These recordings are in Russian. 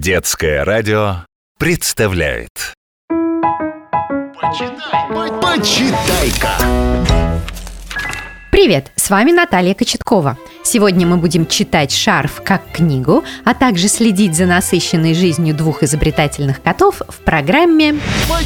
Детское радио представляет Почитай-ка! Привет, с вами Наталья Кочеткова. Сегодня мы будем читать «Шарф» как книгу, а также следить за насыщенной жизнью двух изобретательных котов в программе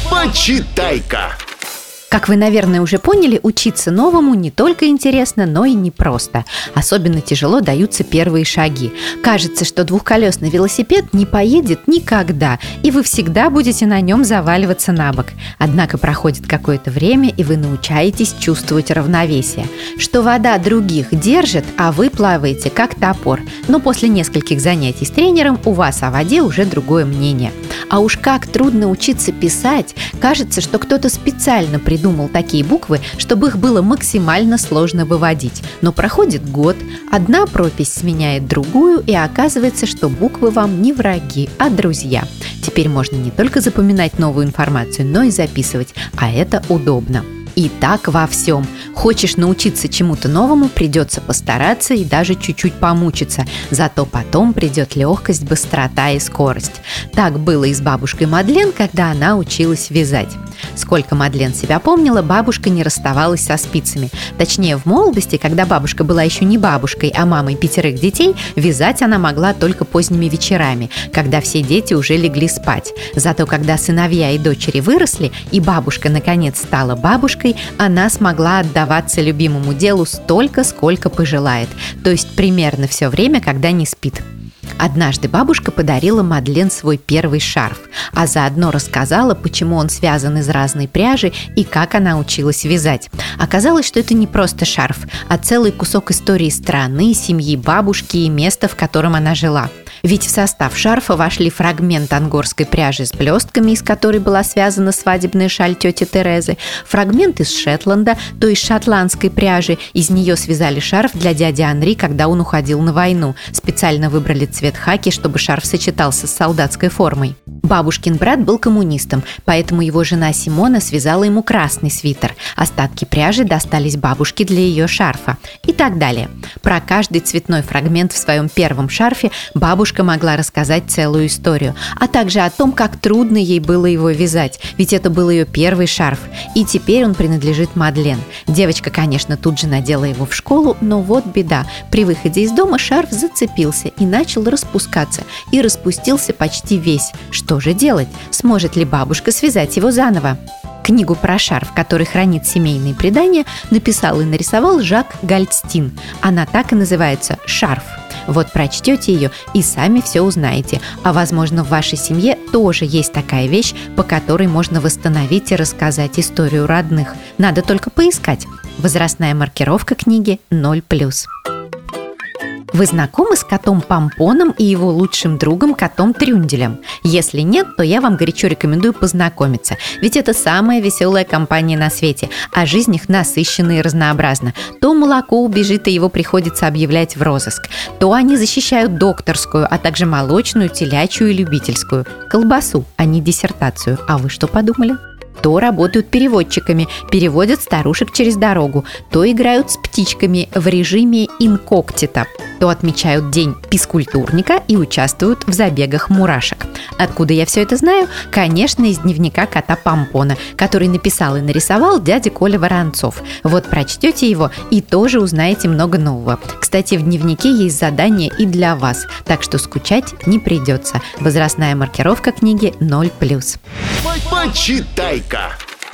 Почитай-ка! Как вы, наверное, уже поняли, учиться новому не только интересно, но и непросто. Особенно тяжело даются первые шаги. Кажется, что двухколесный велосипед не поедет никогда, и вы всегда будете на нем заваливаться на бок. Однако проходит какое-то время, и вы научаетесь чувствовать равновесие. Что вода других держит, а вы плаваете как топор. Но после нескольких занятий с тренером у вас о воде уже другое мнение. А уж как трудно учиться писать. Кажется, что кто-то специально придумал такие буквы, чтобы их было максимально сложно выводить. Но проходит год, одна пропись сменяет другую, и оказывается, что буквы вам не враги, а друзья. Теперь можно не только запоминать новую информацию, но и записывать, а это удобно. И так во всем. Хочешь научиться чему-то новому, придется постараться и даже чуть-чуть помучиться. Зато потом придет легкость, быстрота и скорость. Так было и с бабушкой Мадлен, когда она училась вязать. Сколько Мадлен себя помнила, бабушка не расставалась со спицами. Точнее, в молодости, когда бабушка была еще не бабушкой, а мамой 5 детей, вязать она могла только поздними вечерами, когда все дети уже легли спать. Зато когда сыновья и дочери выросли, и бабушка наконец стала бабушкой, она смогла отдаваться любимому делу столько, сколько пожелает, то есть примерно все время, когда не спит. Однажды бабушка подарила Мадлен свой первый шарф, а заодно рассказала, почему он связан из разной пряжи и как она училась вязать. Оказалось, что это не просто шарф, а целый кусок истории страны, семьи бабушки и места, в котором она жила. Ведь в состав шарфа вошли фрагмент ангорской пряжи с блестками, из которой была связана свадебная шаль тети Терезы, фрагмент из Шетланда, то есть шотландской пряжи, из нее связали шарф для дяди Анри, когда он уходил на войну. Специально выбрали цвет хаки, чтобы шарф сочетался с солдатской формой. Бабушкин брат был коммунистом, поэтому его жена Симона связала ему красный свитер. Остатки пряжи достались бабушке для ее шарфа. И так далее. Про каждый цветной фрагмент в своем первом шарфе бабушка могла рассказать целую историю, а также о том, как трудно ей было его вязать, ведь это был ее первый шарф, и теперь он принадлежит Мадлен. Девочка, конечно, тут же надела его в школу, но вот беда. При выходе из дома шарф зацепился и начал распускаться, и распустился почти весь. Что же делать? Сможет ли бабушка связать его заново? Книгу про шарф, который хранит семейные предания, написал и нарисовал Жак Гальдстин. Она так и называется «Шарф». Вот прочтете ее и сами все узнаете. А возможно, в вашей семье тоже есть такая вещь, по которой можно восстановить и рассказать историю родных. Надо только поискать. Возрастная маркировка книги 0+. Вы знакомы с котом Помпоном и его лучшим другом котом Трюнделем? Если нет, то я вам горячо рекомендую познакомиться, ведь это самая веселая компания на свете, а жизнь их насыщенна и разнообразна. То молоко убежит, и его приходится объявлять в розыск, то они защищают докторскую, а также молочную, телячью и любительскую, колбасу, а не диссертацию. А вы что подумали? То работают переводчиками, переводят старушек через дорогу, то играют с птичками в режиме инкогнито, то отмечают день физкультурника и участвуют в забегах мурашек. Откуда я все это знаю? Конечно, из дневника кота Помпона, который написал и нарисовал дядя Коля Воронцов. Вот прочтете его и тоже узнаете много нового. Кстати, в дневнике есть задание и для вас, так что скучать не придется. Возрастная маркировка книги 0+. Почитай-ка!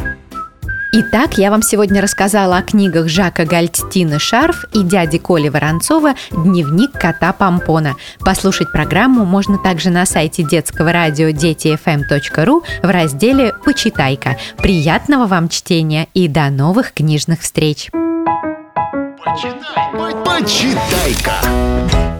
Итак, я вам сегодня рассказала о книгах Жака Гальдстина «Шарф» и дяди Коли Воронцова «Дневник кота Помпона». Послушать программу можно также на сайте детского радио детифм.ру в разделе «Почитай-ка». Приятного вам чтения и до новых книжных встреч! Почитай-ка!